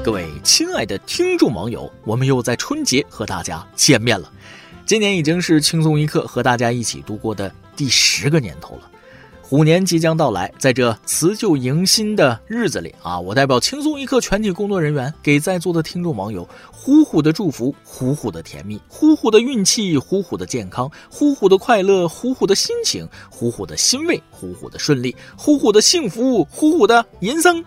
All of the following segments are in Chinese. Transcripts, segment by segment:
各位亲爱的听众网友，我们又在春节和大家见面了。今年已经是轻松一刻和大家一起度过的第10个年头了。虎年即将到来，在这辞旧迎新的日子里我代表轻松一刻全体工作人员，给在座的听众网友虎虎的祝福，虎虎的甜蜜，虎虎的运气，虎虎的健康，虎虎的快乐，虎虎的心情，虎虎的欣慰，虎虎的顺利，虎虎的幸福，虎虎的人生。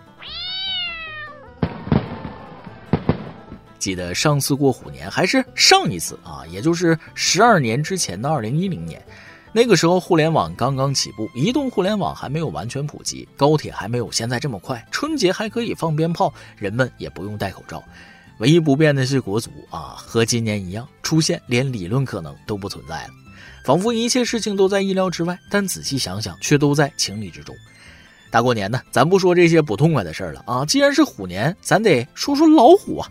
记得上次过虎年还是上一次也就是12年之前的2010年。那个时候互联网刚刚起步，移动互联网还没有完全普及，高铁还没有现在这么快，春节还可以放鞭炮，人们也不用戴口罩。唯一不变的是国足和今年一样，出现连理论可能都不存在了，仿佛一切事情都在意料之外，但仔细想想却都在情理之中。大过年的，咱不说这些不痛快的事了既然是虎年，咱得说说老虎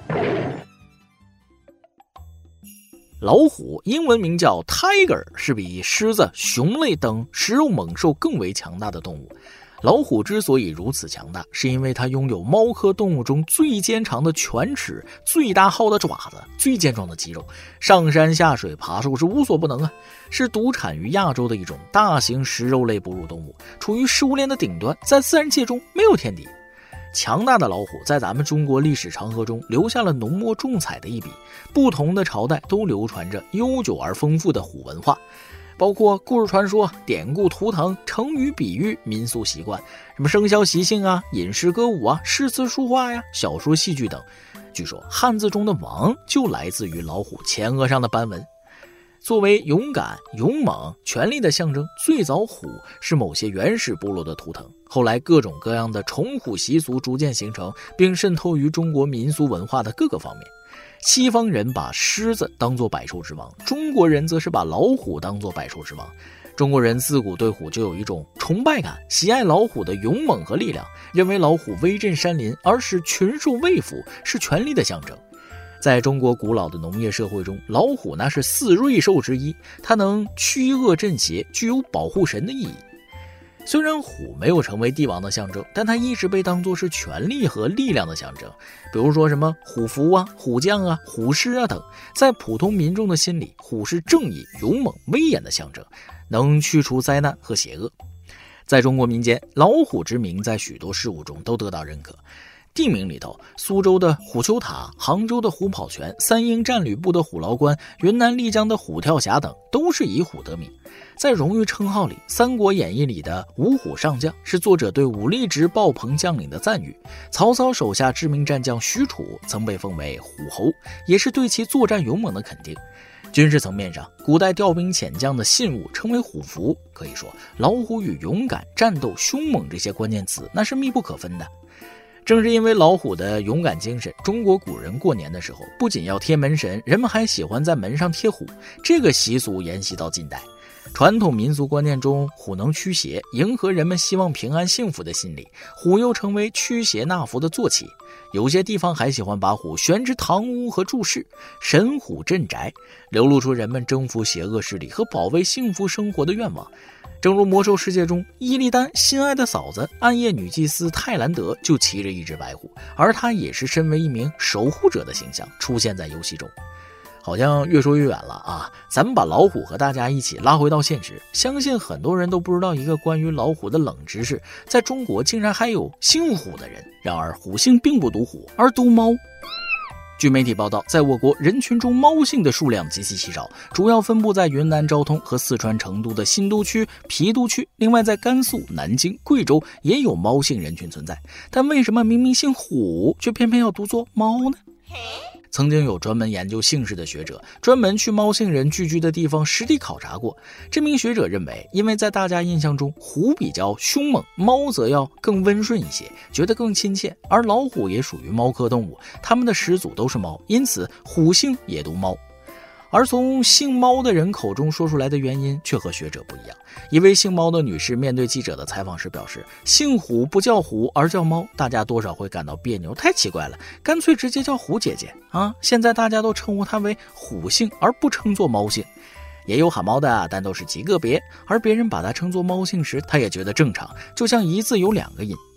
老虎英文名叫 Tiger， 是比狮子、熊类等食肉猛兽更为强大的动物。老虎之所以如此强大，是因为它拥有猫科动物中最坚长的犬齿、最大号的爪子、最健壮的肌肉，上山下水爬树是无所不能是独产于亚洲的一种大型食肉类哺乳动物，处于食物链的顶端，在自然界中没有天敌。强大的老虎在咱们中国历史长河中留下了浓墨重彩的一笔，不同的朝代都流传着悠久而丰富的虎文化，包括故事传说、典故图腾、成语比喻、民俗习惯，什么生肖习性饮食歌舞诗词书画小说戏剧等。据说汉字中的王就来自于老虎前额上的斑纹。作为勇敢、勇猛、权力的象征，最早虎是某些原始部落的图腾，后来各种各样的宠虎习俗逐渐形成，并渗透于中国民俗文化的各个方面。西方人把狮子当作百兽之王，中国人则是把老虎当作百兽之王。中国人自古对虎就有一种崇拜感，喜爱老虎的勇猛和力量，认为老虎威震山林，而使群兽畏服，是权力的象征。在中国古老的农业社会中，老虎那是4瑞兽之一，它能驱恶镇邪，具有保护神的意义。虽然虎没有成为帝王的象征，但它一直被当作是权力和力量的象征。比如说什么虎符虎将虎狮等，在普通民众的心里，虎是正义、勇猛、威严的象征，能驱除灾难和邪恶。在中国民间，老虎之名在许多事物中都得到认可。地名里头，苏州的虎丘塔、杭州的虎跑泉、三英战吕布的虎牢关、云南丽江的虎跳峡等，都是以虎得名。在荣誉称号里，《三国演义》里的五虎上将是作者对武力值爆棚将领的赞誉。曹操手下知名战将许褚曾被封为虎侯，也是对其作战勇猛的肯定。军事层面上，古代调兵遣将的信物称为虎符，可以说老虎与勇敢、战斗、凶猛这些关键词那是密不可分的。正是因为老虎的勇敢精神，中国古人过年的时候不仅要贴门神，人们还喜欢在门上贴虎，这个习俗沿袭到近代。传统民俗观念中，虎能驱邪，迎合人们希望平安幸福的心理，虎又成为驱邪纳福的坐骑。有些地方还喜欢把虎悬置堂屋和柱室，神虎镇宅，流露出人们征服邪恶势力和保卫幸福生活的愿望。正如魔兽世界中，伊利丹心爱的嫂子暗夜女祭司泰兰德就骑着一只白虎，而她也是身为一名守护者的形象出现在游戏中。好像越说越远了咱们把老虎和大家一起拉回到现实。相信很多人都不知道一个关于老虎的冷知识，在中国竟然还有姓虎的人。然而虎姓并不独虎，而独猫。据媒体报道，在我国人群中猫姓的数量极其稀少，主要分布在云南昭通和四川成都的新都区、郫都区。另外在甘肃、南京、贵州也有猫姓人群存在，但为什么明明姓虎却偏偏要读作猫呢？曾经有专门研究姓氏的学者专门去猫姓人聚居的地方实地考察过。这名学者认为，因为在大家印象中虎比较凶猛，猫则要更温顺一些，觉得更亲切，而老虎也属于猫科动物，它们的始祖都是猫，因此虎姓也读猫。而从姓猫的人口中说出来的原因却和学者不一样。一位姓猫的女士面对记者的采访时表示，姓虎不叫虎而叫猫，大家多少会感到别扭，太奇怪了，干脆直接叫虎姐姐现在大家都称呼她为虎姓而不称作猫姓。也有喊猫的，但都是极个别，而别人把它称作猫姓时，她也觉得正常，就像一字有2个音。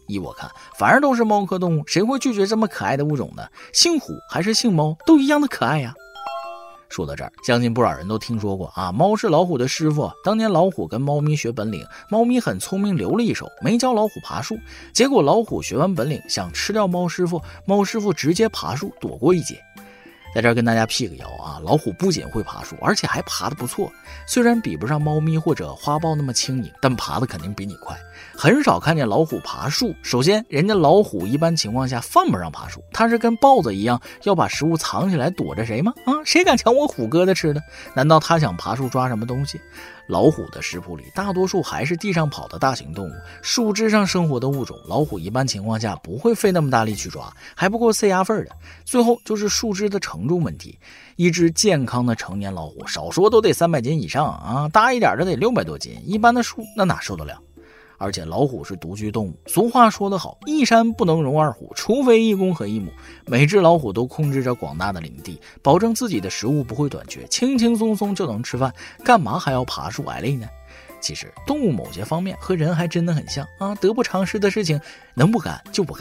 依我看，反而都是猫科动物，谁会拒绝这么可爱的物种呢？姓虎还是姓猫，都一样的可爱呀。说到这儿，相信不少人都听说过啊，猫是老虎的师傅。当年老虎跟猫咪学本领，猫咪很聪明，留了一手，没教老虎爬树。结果老虎学完本领，想吃掉猫师傅，猫师傅直接爬树躲过一劫。在这儿跟大家辟个谣啊，老虎不仅会爬树，而且还爬得不错。虽然比不上猫咪或者花豹那么轻盈，但爬得肯定比你快。很少看见老虎爬树。首先，人家老虎一般情况下犯不上爬树，它是跟豹子一样要把食物藏起来躲着谁吗？谁敢抢我虎哥的吃的？难道他想爬树抓什么东西？老虎的食谱里大多数还是地上跑的大型动物，树枝上生活的物种，老虎一般情况下不会费那么大力去抓，还不够塞牙缝的。最后就是树枝的承重问题，一只健康的成年老虎少说都得300斤以上啊，大一点的得600多斤，一般的树那哪受得了？而且老虎是独居动物，俗话说得好，一山不能容二虎，除非一公和一母。每只老虎都控制着广大的领地，保证自己的食物不会短缺，轻轻松松就能吃饭，干嘛还要爬树挨累呢？其实动物某些方面和人还真的很像啊，得不偿失的事情能不干就不干。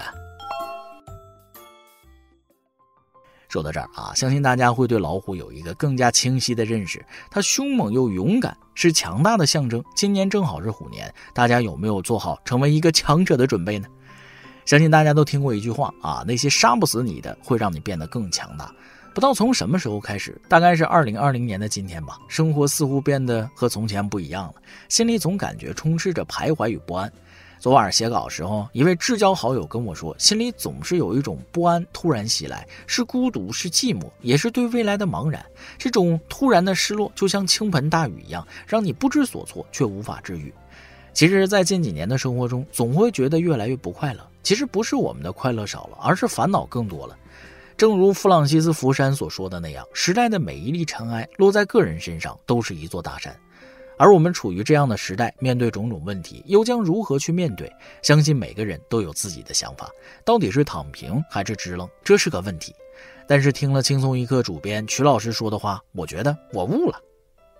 说到这儿啊，相信大家会对老虎有一个更加清晰的认识，它凶猛又勇敢，是强大的象征。今年正好是虎年，大家有没有做好成为一个强者的准备呢？相信大家都听过一句话啊，那些杀不死你的会让你变得更强大。不知道从什么时候开始，大概是2020年的今天吧，生活似乎变得和从前不一样了，心里总感觉充斥着徘徊与不安。昨晚写稿时候，一位至交好友跟我说，心里总是有一种不安突然袭来，是孤独，是寂寞，也是对未来的茫然。这种突然的失落就像倾盆大雨一样，让你不知所措却无法治愈。其实在近几年的生活中，总会觉得越来越不快乐。其实不是我们的快乐少了，而是烦恼更多了。正如弗朗西斯·福山所说的那样，时代的每一粒尘埃落在个人身上都是一座大山。而我们处于这样的时代，面对种种问题，又将如何去面对？相信每个人都有自己的想法，到底是躺平还是支棱，这是个问题。但是听了轻松一刻主编曲老师说的话，我觉得我悟了。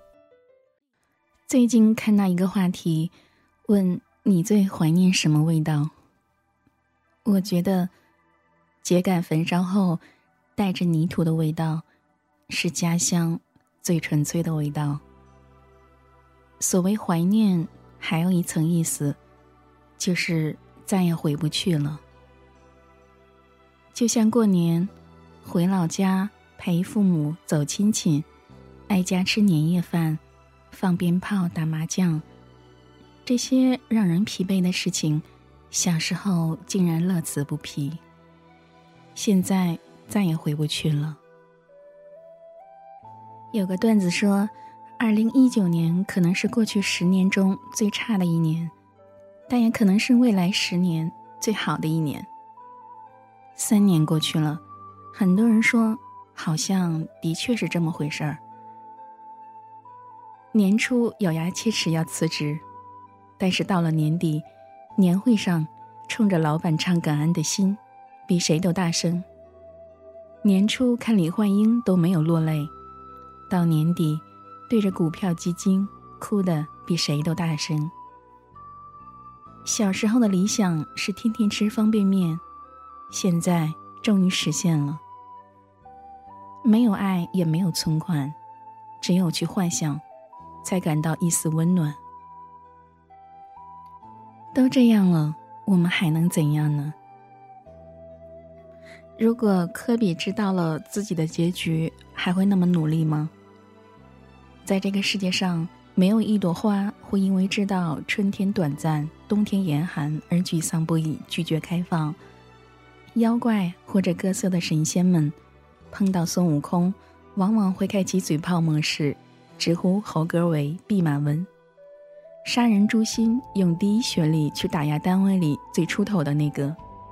最近看到一个话题，问你最怀念什么味道？我觉得秸秆焚烧后带着泥土的味道，是家乡最纯粹的味道。所谓怀念，还有一层意思，就是再也回不去了。就像过年回老家陪父母走亲戚，挨家吃年夜饭，放鞭炮打麻将，这些让人疲惫的事情，小时候竟然乐此不疲，现在再也回不去了。有个段子说2019年可能是过去10年中最差的一年，但也可能是未来10年最好的一年。3年过去了，很多人说好像的确是这么回事儿。年初咬牙切齿要辞职，但是到了年底，年会上冲着老板唱感恩的心比谁都大声。年初看李焕英都没有落泪，到年底对着股票基金哭得比谁都大声。小时候的理想是天天吃方便面，现在终于实现了。没有爱也没有存款，只有去幻想，才感到一丝温暖。都这样了，我们还能怎样呢？如果科比知道了自己的结局，还会那么努力吗？在这个世界上，没有一朵花会因为知道春天短暂，冬天严寒而沮丧不已，拒绝开放。妖怪或者各色的神仙们碰到孙悟空，往往会开启嘴炮模式，直呼猴哥为弼马温。杀人诛心，用第一学历去打压单位里最出头的那个。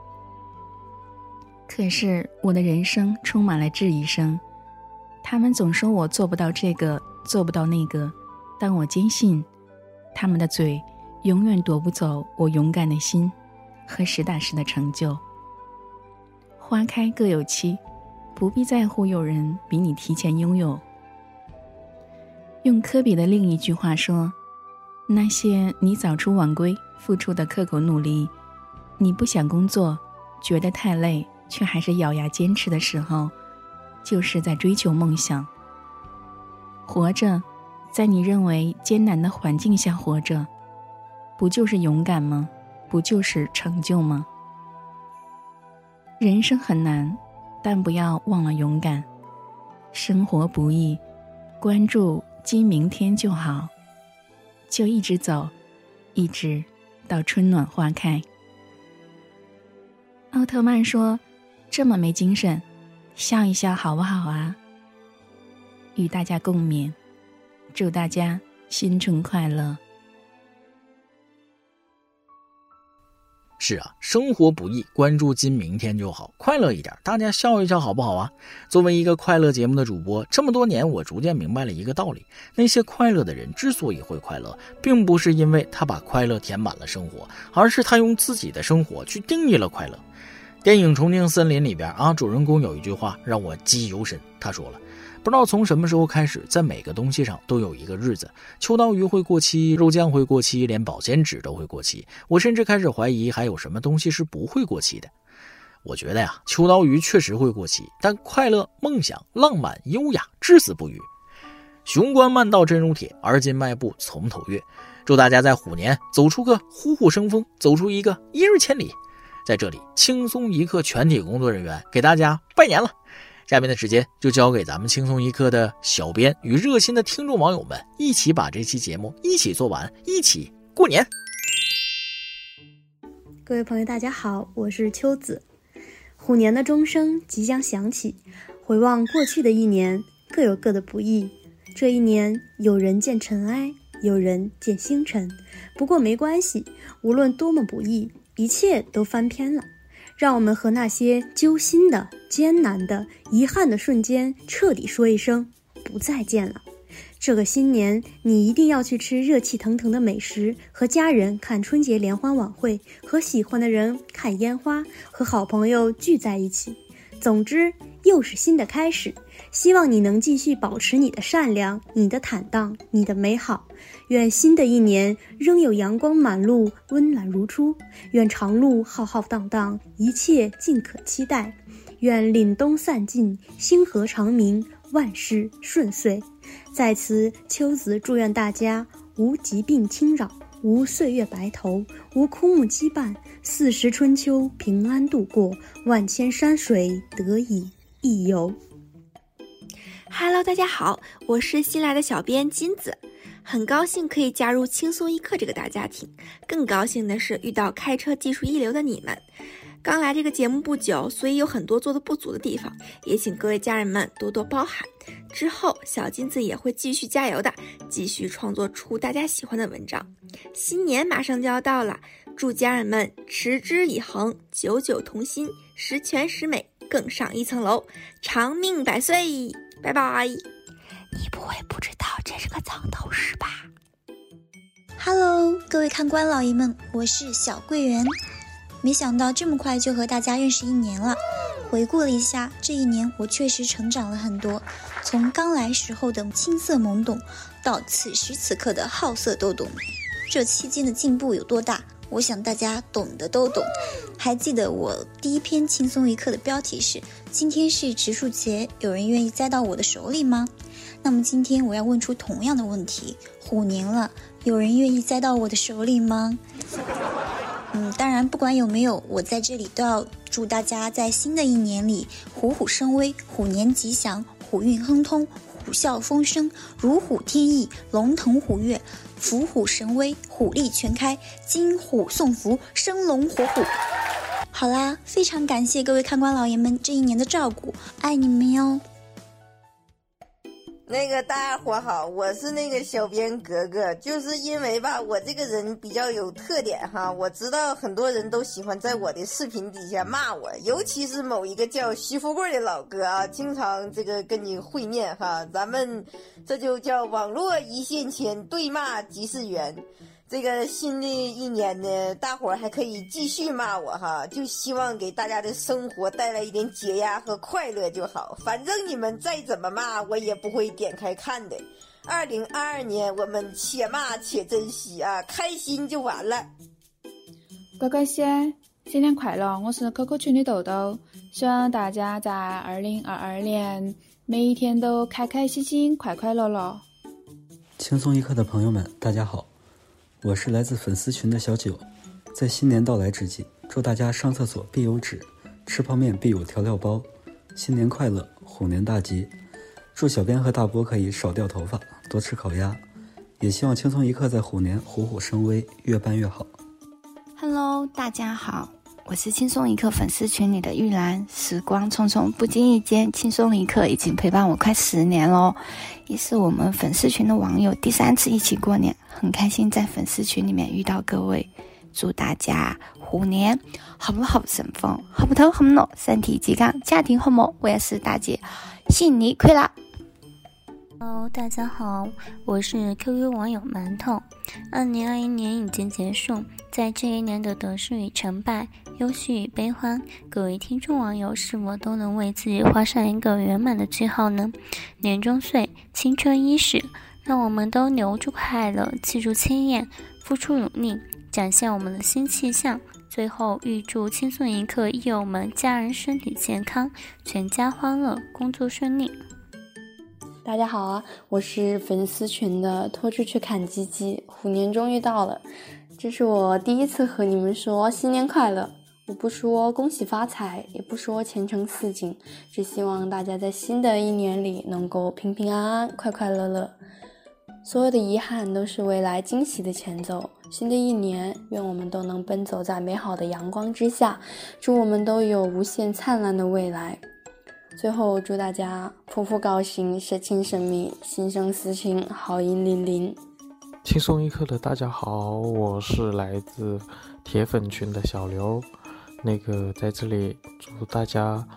可是我的人生充满了质疑声，他们总说我做不到这个，做不到那个，但我坚信，他们的嘴永远夺不走我勇敢的心和实打实的成就。花开各有期，不必在乎有人比你提前拥有。用科比的另一句话说，那些你早出晚归付出的刻苦努力， 你不想工作，觉得太累，却还是咬牙坚持的时候，就是在追求梦想。活着，在你认为艰难的环境下活着，不就是勇敢吗？不就是成就吗？人生很难，但不要忘了勇敢。生活不易，关注今明天就好，就一直走，一直到春暖花开。奥特曼说，这么没精神，笑一笑好不好啊？与大家共勉，祝大家新春快乐。 是啊，生活不易，关注今明天就好，快乐一点，大家笑一笑好不好啊？作为一个快乐节目的主播，这么多年我逐渐明白了一个道理，那些快乐的人之所以会快乐，并不是因为他把快乐填满了生活，而是他用自己的生活去定义了快乐。电影《重庆森林》里边主人公有一句话让我记忆犹深，他说了，不知道从什么时候开始，在每个东西上都有一个日子，秋刀鱼会过期，肉酱会过期，连保鲜纸都会过期，我甚至开始怀疑还有什么东西是不会过期的。我觉得呀，秋刀鱼确实会过期，但快乐、梦想、浪漫、优雅至死不渝。雄关漫道真如铁，而今迈步从头越。祝大家在虎年走出个虎虎生风，走出一个一日千里。在这里，轻松一刻全体工作人员给大家拜年了。下面的时间就交给咱们轻松一刻的小编与热心的听众网友们，一起把这期节目一起做完，一起过年。 各位朋友大家好，我是秋子。虎年的钟声即将响起，回望过去的一年，各有各的不易。这一年，有人见尘埃，有人见星辰，不过没关系，无论多么不易，一切都翻篇了。让我们和那些揪心的、艰难的、遗憾的瞬间彻底说一声不再见了。这个新年，你一定要去吃热气腾腾的美食，和家人看春节联欢晚会，和喜欢的人看烟花，和好朋友聚在一起。总之，又是新的开始。希望你能继续保持你的善良，你的坦荡，你的美好。愿新的一年仍有阳光满路，温暖如初。愿长路浩浩荡荡，一切尽可期待。愿凛冬散尽，星河长明，万事顺遂。在此，秋子祝愿大家无疾病侵扰，无岁月白头，无枯木羁绊，40春秋平安度过，万千山水得以一游。 Hello， 大家好，我是新来的小编金子，很高兴可以加入轻松一刻这个大家庭，更高兴的是遇到开车技术一流的你们。刚来这个节目不久，所以有很多做的不足的地方，也请各位家人们多多包涵。之后小金子也会继续加油的，继续创作出大家喜欢的文章。新年马上就要到了，祝家人们持之以恒，久久同心，十全十美，更上一层楼，长命百岁。拜拜。 你不会不知道这是个藏头诗吧？ Hello， 各位看官老爷们，我是小桂圆。没想到这么快就和大家认识一年了。回顾了一下这一年，我确实成长了很多，从刚来时候的青涩懵懂，到此时此刻的好色都懂。这期间的进步有多大，我想大家懂的都懂。还记得我第一篇轻松一刻的标题是今天是植树节，有人愿意栽到我的手里吗？那么今天我要问出同样的问题，虎年了，有人愿意栽到我的手里吗？当然不管有没有，我在这里都要祝大家在新的一年里虎虎生威，虎年吉祥，虎运亨通，虎啸风生，如虎添翼，龙腾虎跃，伏虎神威，虎力全开，金虎送福，生龙活虎。好啦，非常感谢各位看官老爷们这一年的照顾，爱你们哟。 那个大家伙好，我是那个小编格格，就是因为吧，我这个人比较有特点哈，我知道很多人都喜欢在我的视频底下骂我，尤其是某一个叫徐富贵的老哥啊，经常这个跟你会面哈，咱们这就叫网络一线牵，对骂即是缘。这个新的一年呢，大伙儿还可以继续骂我哈，就希望给大家的生活带来一点解压和快乐就好。反正你们再怎么骂，我也不会点开看的。2022年，我们且骂且珍惜啊，开心就完了。 乖乖仙， 新年快乐，我是 QQ 群的豆豆，希望大家在2022年每一天都开开心心、快快乐乐。 轻松一刻的朋友们，大家好，我是来自粉丝群的小九。在新年到来之际，祝大家上厕所必有纸，吃泡面必有调料包，新年快乐，虎年大吉。祝小编和大波可以少掉头发，多吃烤鸭，也希望轻松一刻在虎年虎虎生威，越办越好。 Hello， 大家好，我是轻松一刻粉丝群里的玉兰。时光匆匆，不经意间，轻松一刻已经陪伴我快10年咯，也是我们粉丝群的网友第3次一起过年，很开心在粉丝群里面遇到各位。祝大家虎年好不好顺风，好不头好不脑，身体健康，家庭和睦，万事大吉，新年快乐。 Hello， 大家好，我是 QQ 网友馒头。2021年已经结束，在这一年的得失与成败、忧绪与悲欢，各位听众网友是否都能为自己画上一个圆满的句号呢？年终岁，青春伊始，让我们都留住快乐，记住经验，付出努力，展现我们的新气象。最后预祝轻松一刻益友们家人身体健康，全家欢乐，工作顺利。 大家好啊，我是粉丝群的拖出去看鸡鸡，虎年终于到了，这是我第一次和你们说新年快乐。我不说恭喜发财，也不说前程似锦，只希望大家在新的一年里能够平平安安，快快乐乐。所有的遗憾都是未来惊喜的前奏。新的一年，愿我们都能奔走在美好的阳光之下，祝我们都有无限灿烂的未来。最后祝大家夫妇高兴，社亲神秘，心生私情，好运连连。 轻松一刻的大家好，我是来自铁粉群的小刘。在这里祝大家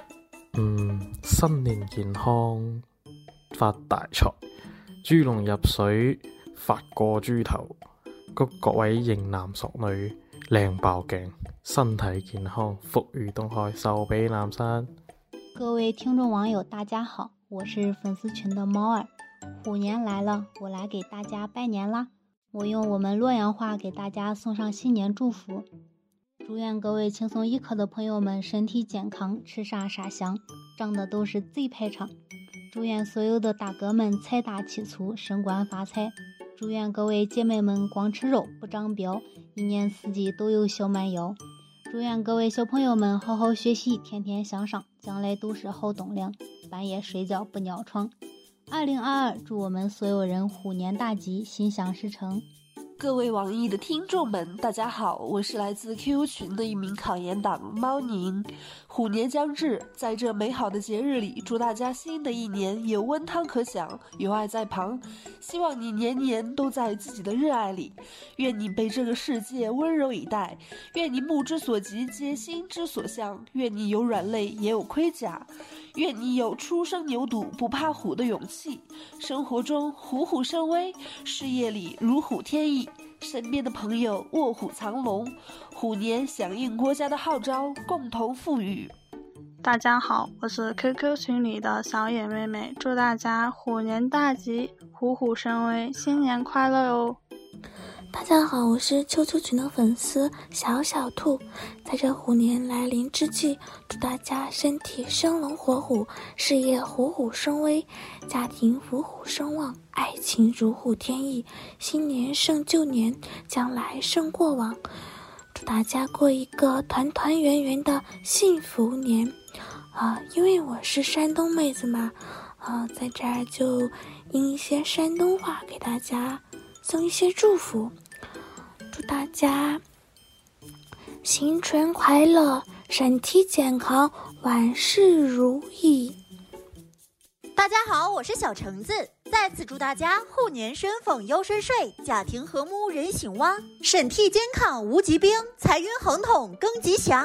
新年健康，發大財，豬籠入水，發過豬頭。祝各位型男索女靚爆鏡，身體健康，福如東海，壽比南山。 各位听众网友大家好，我是粉丝群的猫儿。虎年来了，我来给大家拜年啦！我用我们洛阳话给大家送上新年祝福，祝愿各位轻松一刻的朋友们身体健康，吃啥啥香，长得都是贼排场。祝愿所有的大哥们财大气粗，升官发财。祝愿各位姐妹们光吃肉不长膘，一年四季都有小蛮腰。祝愿各位小朋友们好好学习，天天向上，将来都是好栋梁，半夜睡觉不尿床。2022，祝我们所有人虎年大吉，心想事成。 各位网易的听众们，大家好，我是来自 QQ 群的一名考研党猫宁。虎年将至，在这美好的节日里，祝大家新的一年有温汤可享，有爱在旁。希望你年年都在自己的热爱里，愿你被这个世界温柔以待，愿你目之所及皆心之所向，愿你有软肋也有盔甲，愿你有初生牛犊不怕虎的勇气，生活中虎虎生威，事业里如虎添翼，身边的朋友卧虎藏龙，虎年响应国家的号召，共同富裕。 大家好，我是 QQ 群里的小野妹妹，祝大家虎年大吉，虎虎生威，新年快乐哦！ 大家好，我是秋秋群的粉丝小小兔，在这虎年来临之际，祝大家身体生龙活虎，事业虎虎生威，家庭虎虎生旺，爱情如虎添翼，新年胜旧年，将来胜过往。祝大家过一个团团圆圆的幸福年。因为我是山东妹子嘛，在这儿就用一些山东话给大家送一些祝福。祝大家新春快乐，身体健康，万事如意。 大家好，我是小橙子，再次祝大家虎年顺风又顺水，家庭和睦人兴旺，身体健康无疾病，财运亨通更吉祥。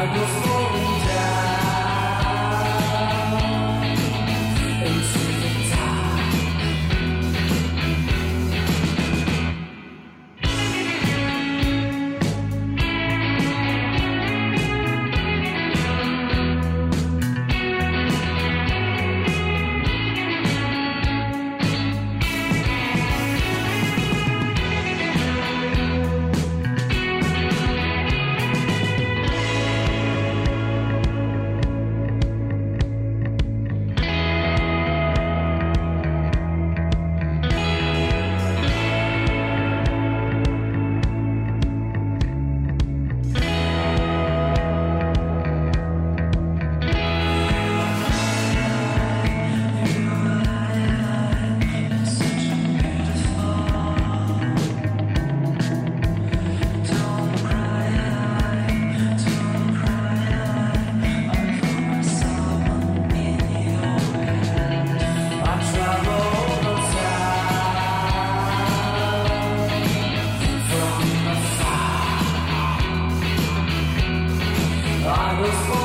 I was